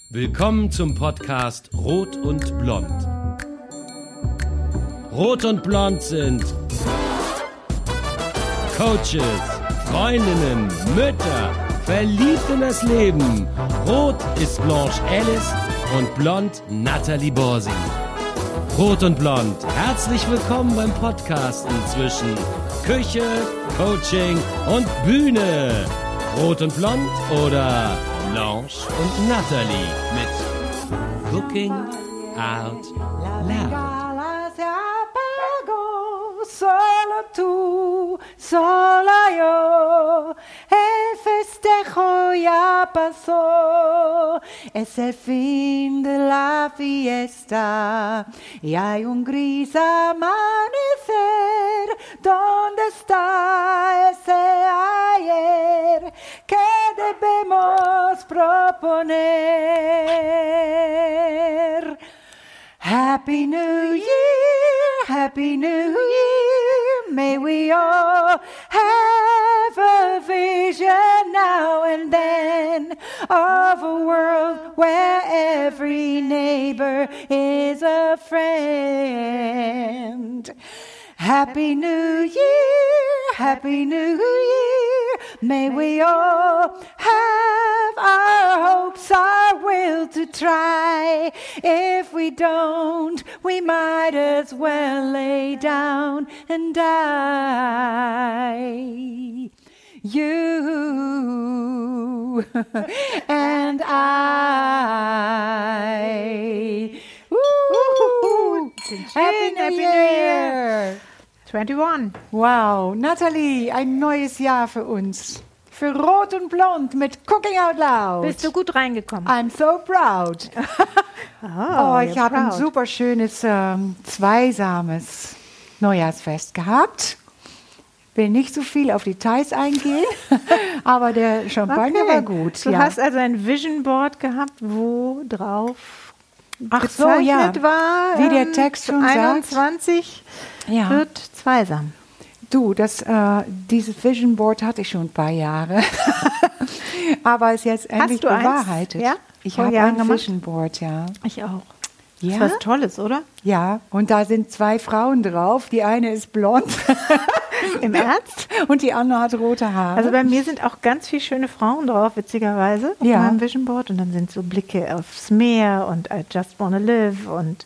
Willkommen zum Podcast Rot und Blond. Rot und Blond sind Coaches, Freundinnen, Mütter, verliebt in das Leben. Rot ist Blanche Alice und Blond Nathalie Borsi. Rot und Blond, herzlich willkommen beim Podcasten zwischen Küche, Coaching und Bühne. Rot und Blond oder Blanche und Nathalie mit Cooking Out Loud. Solo tú, sola yo, el festejo ya pasó, es el fin de la fiesta y hay un gris amanecer. ¿Dónde está ese ayer que debemos proponer? Happy New Year, Happy New Year, may we all have a vision now and then of a world where every neighbor is a friend. Happy New Year, Happy New Year, may we all have our hopes, our will to try. If we don't, we might as well lay down and die. You and I. Woo! Happy New Year! 21. Wow, Nathalie, ein neues Jahr für uns. Für Rot und Blond mit Cooking Out Loud. Bist du gut reingekommen? I'm so proud. Ich habe ein super schönes, zweisames Neujahrsfest gehabt. Will nicht so viel auf Details eingehen, aber der Champagner war gut. Du hast also ein Vision Board gehabt, wo drauf gezeichnet war, wie der Text schon 21 wird zweisam. Du, dieses Vision Board hatte ich schon ein paar Jahre, aber ist jetzt endlich bewahrheitet. Ja? Ich habe ein Vision Board, ja. Ich auch. Ja? Das ist was Tolles, oder? Ja, und da sind 2 Frauen drauf. Die eine ist blond. Im Ernst? Und die andere hat rote Haare. Also bei mir sind auch ganz viele schöne Frauen drauf, witzigerweise, auf meinem Vision Board. Und dann sind so Blicke aufs Meer und I just wanna live und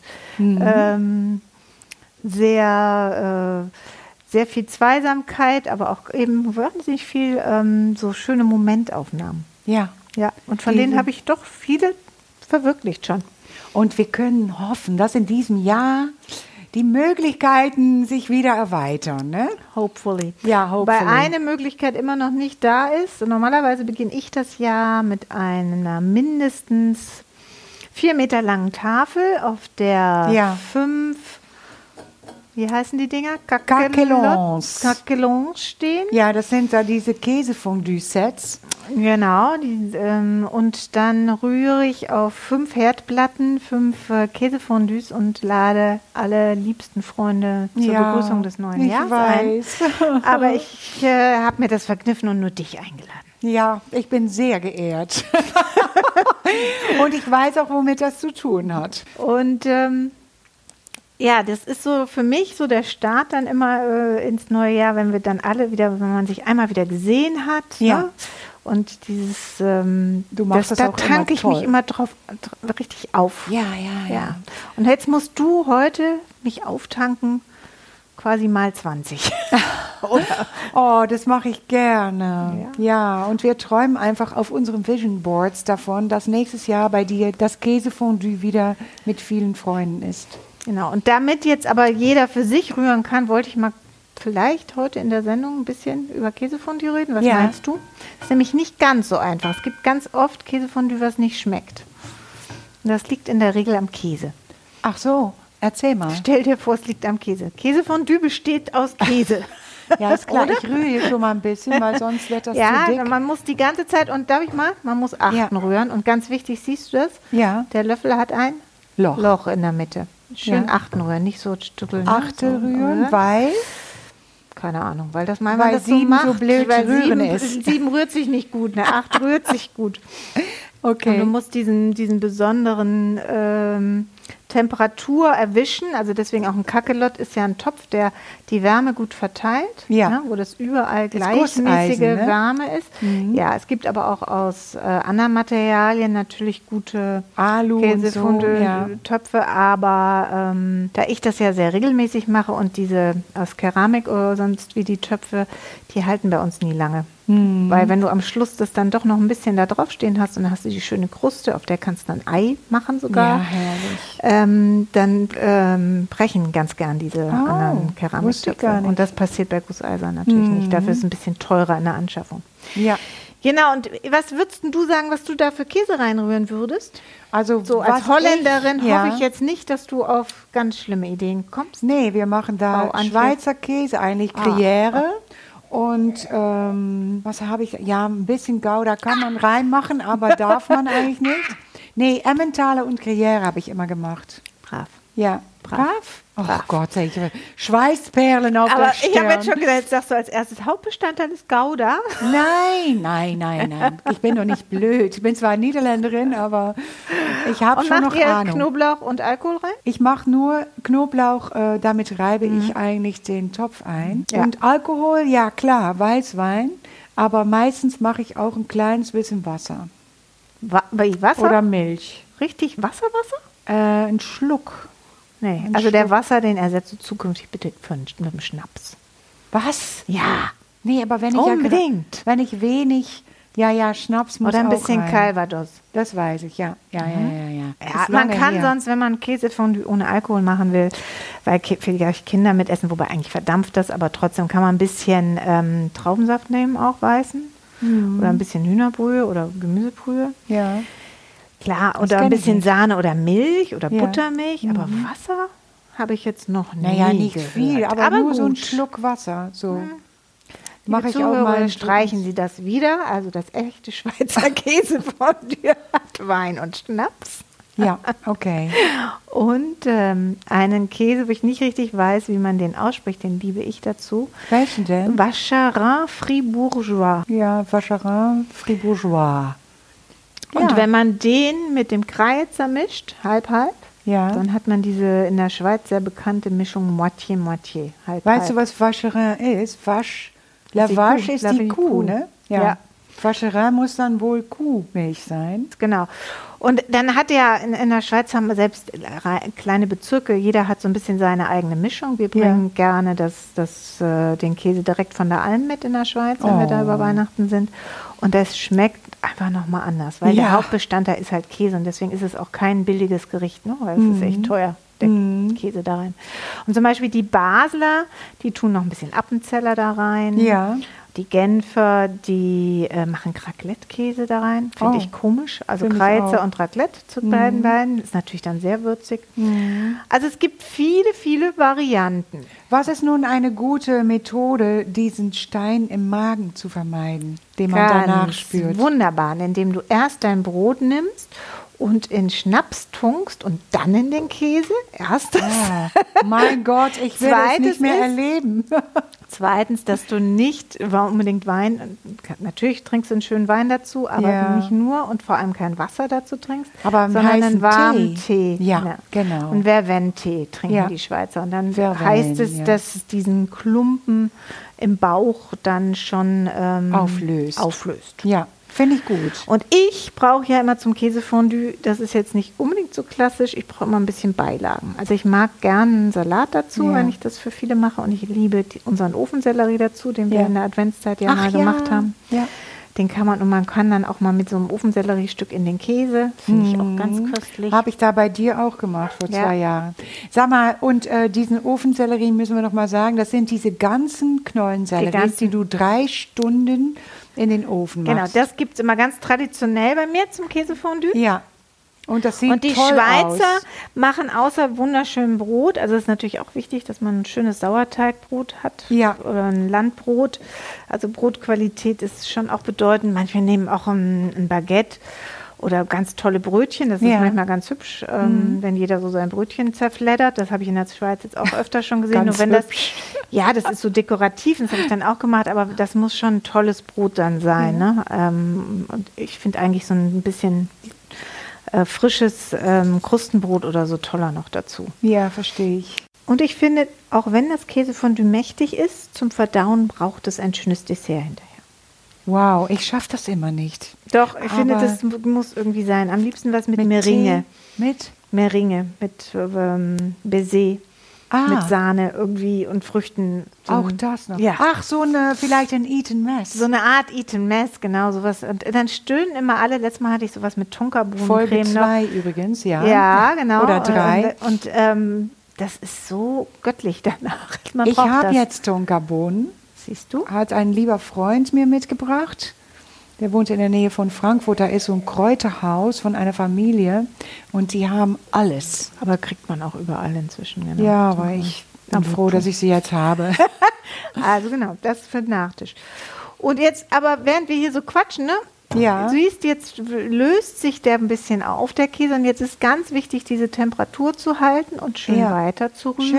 sehr viel Zweisamkeit, aber auch eben wahnsinnig viel so schöne Momentaufnahmen. Ja. Und von denen habe ich doch viele verwirklicht schon. Und wir können hoffen, dass in diesem Jahr die Möglichkeiten sich wieder erweitern, ne? Hopefully. Ja, hopefully. Weil eine Möglichkeit immer noch nicht da ist. Normalerweise beginne ich das Jahr mit einer mindestens 4 Meter langen Tafel, auf der 5, wie heißen die Dinger? Caquelons stehen. Ja, das sind da diese Käsefondue-Sets. Genau, und dann rühre ich auf 5 Herdplatten, 5 Käsefondues und lade alle liebsten Freunde zur Begrüßung des neuen Jahres ein. Aber ich habe mir das verkniffen und nur dich eingeladen. Ja, ich bin sehr geehrt. Und ich weiß auch, womit das zu tun hat. Und das ist so für mich so der Start dann immer ins neue Jahr, wenn wir dann alle wieder, wenn man sich einmal wieder gesehen hat. Ja. Ne? Und dieses, du machst das da auch tanke immer ich mich immer drauf richtig auf. Ja. Und jetzt musst du heute mich auftanken, quasi mal 20. Oder? Oh, das mache ich gerne. Ja, und wir träumen einfach auf unseren Vision Boards davon, dass nächstes Jahr bei dir das Käsefondue wieder mit vielen Freunden ist. Genau, und damit jetzt aber jeder für sich rühren kann, wollte ich mal vielleicht heute in der Sendung ein bisschen über Käsefondue reden. Was meinst du? Das ist nämlich nicht ganz so einfach. Es gibt ganz oft Käsefondue, was nicht schmeckt. Und das liegt in der Regel am Käse. Ach so, erzähl mal. Stell dir vor, es liegt am Käse. Käsefondue besteht aus Käse. Ja, ist klar. Ich rühre hier schon mal ein bisschen, weil sonst wird das zu dick. Ja, man muss die ganze Zeit, und darf ich mal? Man muss achten rühren. Und ganz wichtig, siehst du das? Ja. Der Löffel hat ein Loch in der Mitte. Schön achten rühren, nicht so stückeln. Achtel rühren, weil? Keine Ahnung, weil das manchmal weil das so 7 macht. so blöd weil rühren ist. 7 rührt sich nicht gut, 8 rührt sich gut. Okay. Und du musst diesen besonderen Temperatur erwischen, also deswegen auch ein Kakelott ist ja ein Topf, der die Wärme gut verteilt, wo das überall gleichmäßige Wärme ist. Ja, es gibt aber auch aus anderen Materialien natürlich gute Käsefondue-Töpfe, aber da ich das ja sehr regelmäßig mache und diese aus Keramik oder sonst wie die Töpfe, die halten bei uns nie lange. Weil wenn du am Schluss das dann doch noch ein bisschen da drauf stehen hast und dann hast du die schöne Kruste, auf der kannst du dann Ei machen sogar. Ja, herrlich. Dann brechen ganz gern diese anderen Keramiktöpfe. Und das passiert bei Gusseisern natürlich nicht. Dafür ist es ein bisschen teurer in der Anschaffung. Ja. Genau, und was würdest du sagen, was du da für Käse reinrühren würdest? Also so als Holländerin hoffe ich jetzt nicht, dass du auf ganz schlimme Ideen kommst. Nee, wir machen da Schweizer Käse, eigentlich Gruyère. Und was habe ich? Ja, ein bisschen Gouda kann man reinmachen, aber darf man eigentlich nicht. Nee, Emmentaler und Gruyère habe ich immer gemacht. Brav. Ja, brav? Oh Gott, ich Schweißperlen auf der Stirn. Aber ich habe jetzt schon gedacht, jetzt sagst du als erstes Hauptbestandteil ist Gouda. Nein. Ich bin doch nicht blöd. Ich bin zwar Niederländerin, aber ich habe schon noch Ahnung. Und Knoblauch und Alkohol rein? Ich mache nur Knoblauch, damit reibe ich eigentlich den Topf ein. Ja. Und Alkohol, ja klar, Weißwein, aber meistens mache ich auch ein kleines bisschen Wasser. Wasser? Oder Milch. Richtig Wasser? Ein Schluck. Nee, also der Wasser, den ersetzt du zukünftig bitte mit dem Schnaps. Was? Ja. Nee, aber wenn ich unbedingt. Wenn ich wenig, Schnaps muss oder ein auch bisschen rein. Calvados. Das weiß ich, ja. Ja, man kann sonst, wenn man Käsefondue ohne Alkohol machen will, weil vielleicht Kinder mitessen, wobei eigentlich verdampft das, aber trotzdem kann man ein bisschen Traubensaft nehmen, auch weißen. Oder ein bisschen Hühnerbrühe oder Gemüsebrühe. Ja. Klar, oder ein bisschen Sahne oder Milch oder Buttermilch, aber Wasser habe ich jetzt noch nie nicht gehört. viel, aber nur gut. So ein Schluck Wasser. So. Mache ich auch mal. Streichen Sie das wieder, also das echte Schweizer Käsefondue hat Wein und Schnaps. Ja, okay. Und einen Käse, wo ich nicht richtig weiß, wie man den ausspricht, den liebe ich dazu. Welchen denn? Vacherin Fribourgeois. Ja, Vacherin Fribourgeois. Und wenn man den mit dem Kreizer mischt, halb-halb, dann hat man diese in der Schweiz sehr bekannte Mischung Moitié-Moitié. Weißt du, was Vacherin ist? La Vache ist die Kuh, ne? Ja. Vacherin muss dann wohl Kuhmilch sein. Genau. Und dann hat in der Schweiz haben wir selbst kleine Bezirke, jeder hat so ein bisschen seine eigene Mischung. Wir bringen gerne den Käse direkt von der Alm mit in der Schweiz, wenn wir da über Weihnachten sind. Und das schmeckt einfach nochmal anders, weil der Hauptbestandteil ist halt Käse und deswegen ist es auch kein billiges Gericht, ne? Weil es ist echt teuer, der Käse da rein. Und zum Beispiel die Basler, die tun noch ein bisschen Appenzeller da rein. Ja. Die Genfer, die machen Raclette-Käse da rein. Finde ich komisch. Also Kreizer und Raclette zu beiden. Ist natürlich dann sehr würzig. Also es gibt viele, viele Varianten. Was ist nun eine gute Methode, diesen Stein im Magen zu vermeiden, den man danach spürt? Wunderbar, indem du erst dein Brot nimmst und in Schnaps tunkst und dann in den Käse. Erst das. Mein Gott, ich will es nicht mehr erleben. Zweitens, dass du nicht unbedingt Wein, natürlich trinkst du einen schönen Wein dazu, aber nicht nur und vor allem kein Wasser dazu trinkst, sondern einen warmen Tee. Ja, genau. Und Vervent-Tee trinken die Schweizer. Und dann heißt es, dass es diesen Klumpen im Bauch dann schon auflöst. Ja. Finde ich gut. Und ich brauche ja immer zum Käsefondue, das ist jetzt nicht unbedingt so klassisch, ich brauche immer ein bisschen Beilagen. Also ich mag gerne einen Salat dazu, wenn ich das für viele mache. Und ich liebe unseren Ofensellerie dazu, den wir in der Adventszeit mal gemacht haben. Ja. Den kann man kann dann auch mal mit so einem Ofenselleriestück in den Käse. Finde ich auch ganz köstlich. Habe ich da bei dir auch gemacht vor 2 Jahren. Sag mal, und diesen Ofensellerie müssen wir noch mal sagen, das sind diese ganzen Knollensellerie, die du 3 Stunden in den Ofen machst. Genau, das gibt es immer ganz traditionell bei mir zum Käsefondue. Ja. Und das sieht toll aus. Und die Schweizer machen außer wunderschönem Brot, also es ist natürlich auch wichtig, dass man ein schönes Sauerteigbrot hat oder ein Landbrot. Also Brotqualität ist schon auch bedeutend. Manche nehmen auch ein Baguette oder ganz tolle Brötchen. Das ist manchmal ganz hübsch, wenn jeder so sein Brötchen zerfleddert. Das habe ich in der Schweiz jetzt auch öfter schon gesehen. Ganz Nur wenn hübsch. Ja, das ist so dekorativ, das habe ich dann auch gemacht, aber das muss schon ein tolles Brot dann sein. Ne? Und ich finde eigentlich so ein bisschen frisches Krustenbrot oder so toller noch dazu. Ja, verstehe ich. Und ich finde, auch wenn das Käsefondue mächtig ist, zum Verdauen braucht es ein schönes Dessert hinterher. Wow, ich schaffe das immer nicht. Doch, ich finde, das muss irgendwie sein. Am liebsten was mit Meringue. Mit? Meringue, mit Baiser. Mit Sahne irgendwie und Früchten. So auch das noch? Ja. Ach, vielleicht ein Eat and Mess. So eine Art Eat and Mess, genau, sowas. Und dann stöhnen immer alle. Letztes Mal hatte ich sowas mit Tonkabohnencreme Folge 2 übrigens, ja. Ja, genau. Oder 3. Und das ist so göttlich danach. Ich habe jetzt Tonkabohnen. Siehst du? Hat ein lieber Freund mir mitgebracht. Der wohnt in der Nähe von Frankfurt. Da ist so ein Kräuterhaus von einer Familie und die haben alles. Aber kriegt man auch überall inzwischen. Genau. Ja, aber ich bin froh, dass ich sie jetzt habe. Also genau, das für den Nachtisch. Und jetzt, aber während wir hier so quatschen, ne? Ja. Du siehst, jetzt löst sich der ein bisschen auf, der Käse. Und jetzt ist ganz wichtig, diese Temperatur zu halten und schön weiter zu rühren.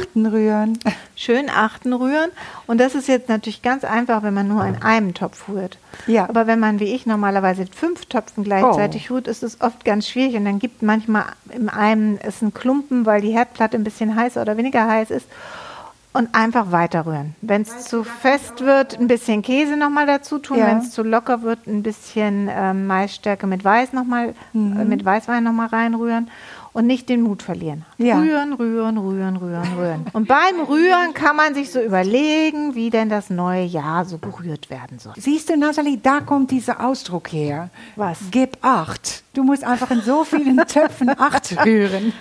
Schön achten rühren. Und das ist jetzt natürlich ganz einfach, wenn man nur in einem Topf rührt. Ja. Aber wenn man, wie ich, normalerweise 5 Töpfen gleichzeitig rührt, ist es oft ganz schwierig. Und dann gibt manchmal in einem es einen Klumpen, weil die Herdplatte ein bisschen heißer oder weniger heiß ist. Und einfach weiter rühren. Wenn es zu fest wird, ein bisschen Käse nochmal dazu tun. Ja. Wenn es zu locker wird, ein bisschen Maisstärke mit Weiß mit Weißwein nochmal reinrühren. Und nicht den Mut verlieren. Ja. Rühren. Und beim Rühren kann man sich so überlegen, wie denn das neue Jahr so gerührt werden soll. Siehst du, Nathalie, da kommt dieser Ausdruck her. Was? Gib 8. Du musst einfach in so vielen Töpfen 8 rühren.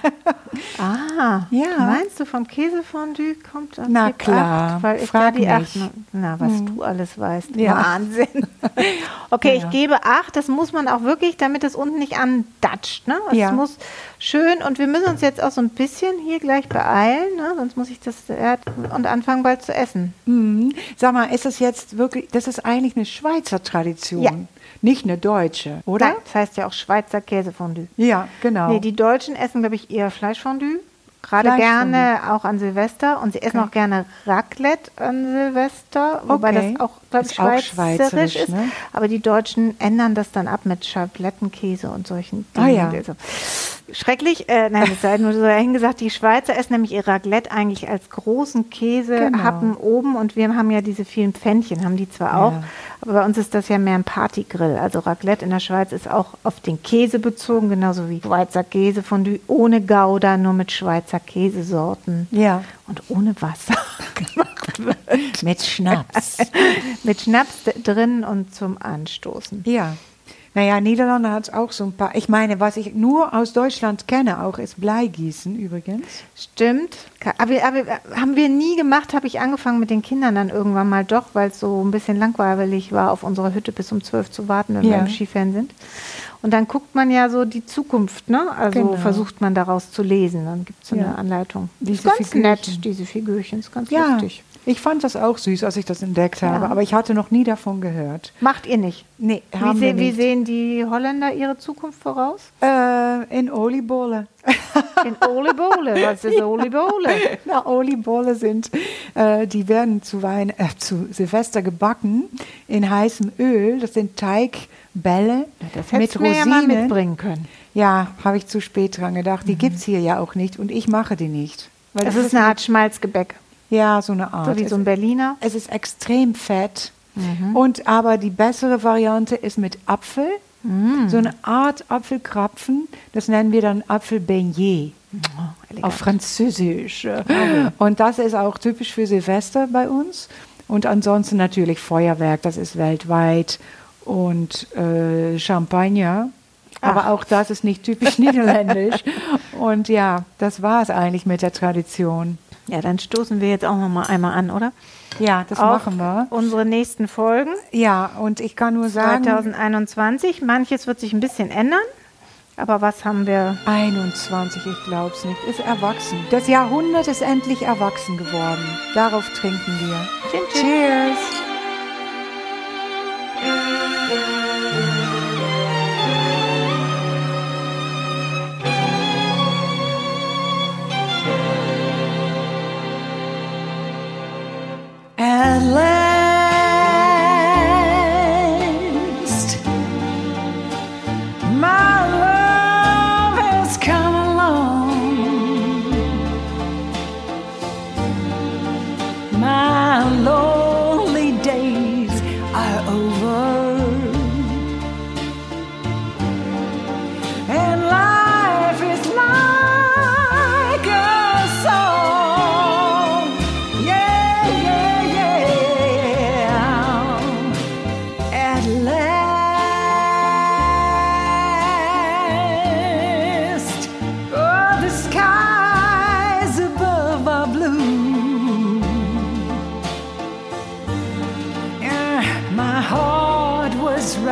Ja. Meinst du, vom Käsefondue kommt das? Na klar, 8, weil ich da die 8. Was du alles weißt. Ja. Wahnsinn. Okay, ich gebe 8. Das muss man auch wirklich, damit es unten nicht andatscht. Ne? Es muss schön, und wir müssen uns jetzt auch so ein bisschen hier gleich beeilen, ne? Sonst muss ich das und anfangen bald zu essen. Sag mal, ist das jetzt wirklich, das ist eigentlich eine Schweizer Tradition, nicht eine deutsche, oder? Nein, das heißt ja auch Schweizer Käsefondue. Ja, genau. Nee, die Deutschen essen, glaube ich, eher Fleischfondue. Gerade gerne auch an Silvester. Und sie essen auch gerne Raclette an Silvester. Wobei das auch, glaube ich, schweizerisch ist. Ne? Aber die Deutschen ändern das dann ab mit Schablettenkäse und solchen Dingen. Also, schrecklich. Nein, es sei nur so dahingesagt, die Schweizer essen nämlich ihr Raclette eigentlich als großen Käsehappen oben. Und wir haben ja diese vielen Pfännchen, haben die zwar auch. Aber bei uns ist das ja mehr ein Partygrill. Also Raclette in der Schweiz ist auch auf den Käse bezogen, genauso wie Schweizer Käsefondue ohne Gouda, nur mit Schweizer Käsesorten. Ja. Und ohne Wasser gemacht wird. Mit Schnaps. Mit Schnaps drin und zum Anstoßen. Ja. Naja, Niederlande hat auch so ein paar. Ich meine, was ich nur aus Deutschland kenne, auch ist Bleigießen übrigens. Stimmt. Aber haben wir nie gemacht, habe ich angefangen mit den Kindern dann irgendwann mal doch, weil es so ein bisschen langweilig war, auf unserer Hütte bis um 12 zu warten, wenn wir im Skifahren sind. Und dann guckt man ja so die Zukunft, ne? Also versucht man daraus zu lesen. Dann gibt es so eine Anleitung. Diese ist ganz Figürchen. nett, diese Figürchen. Ist ganz lustig. Ich fand das auch süß, als ich das entdeckt habe, aber ich hatte noch nie davon gehört. Macht ihr nicht? Nee, haben wir nicht. Wie sehen die Holländer ihre Zukunft voraus? In Oliebollen. In Oliebollen? Was ist Oliebollen? Na, Oliebollen sind, die werden zu Silvester gebacken in heißem Öl. Das sind Teigbälle mit Rosinen. Ja mal mitbringen können. Ja, habe ich zu spät dran gedacht. Die gibt es hier ja auch nicht und ich mache die nicht. Weil das ist eine Art Schmalzgebäck. Ja, so eine Art. So wie so ein Berliner. Es ist extrem fett. Aber die bessere Variante ist mit Apfel. So eine Art Apfelkrapfen. Das nennen wir dann Apfelbeignet. Auf Französisch. Und das ist auch typisch für Silvester bei uns. Und ansonsten natürlich Feuerwerk, das ist weltweit. Und Champagner. Aber auch das ist nicht typisch niederländisch. Und ja, das war es eigentlich mit der Tradition. Ja, dann stoßen wir jetzt auch noch mal einmal an, oder? Ja, das machen wir. Unsere nächsten Folgen. Ja, und ich kann nur sagen... 2021, manches wird sich ein bisschen ändern. Aber was haben wir? 21, ich glaube es nicht, ist erwachsen. Das Jahrhundert ist endlich erwachsen geworden. Darauf trinken wir. Cheers!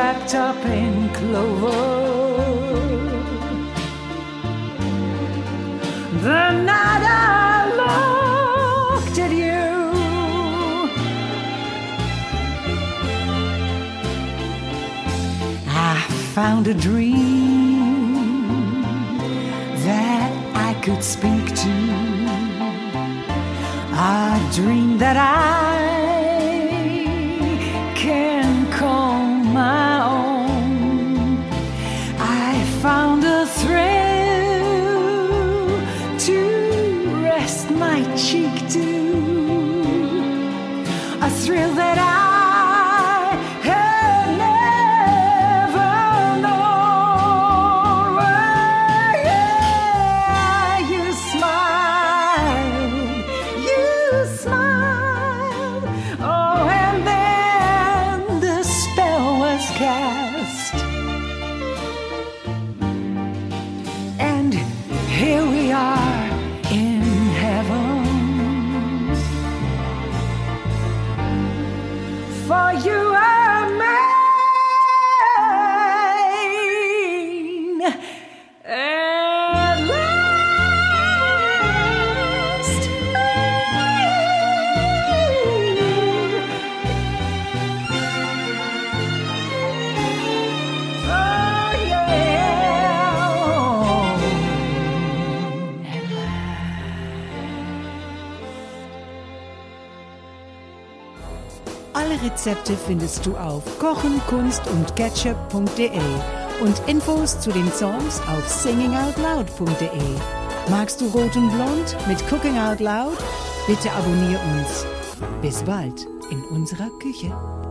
wrapped up in clover. The night I looked at you, I found a dream that I could speak to, a dream that I can call my own. I found a thrill to rest my cheek to, a thrill that I had never known. Well, yeah, you smiled, oh, and then the spell was cast, and here we are in heaven. For you are mine at last. Oh yeah, at last. Alle Rezepte findest du auf kochen, kunst und ketchup.de und Infos zu den Songs auf singingoutloud.de. Magst du Rot und Blond mit Cooking Out Loud? Bitte abonnier uns. Bis bald in unserer Küche.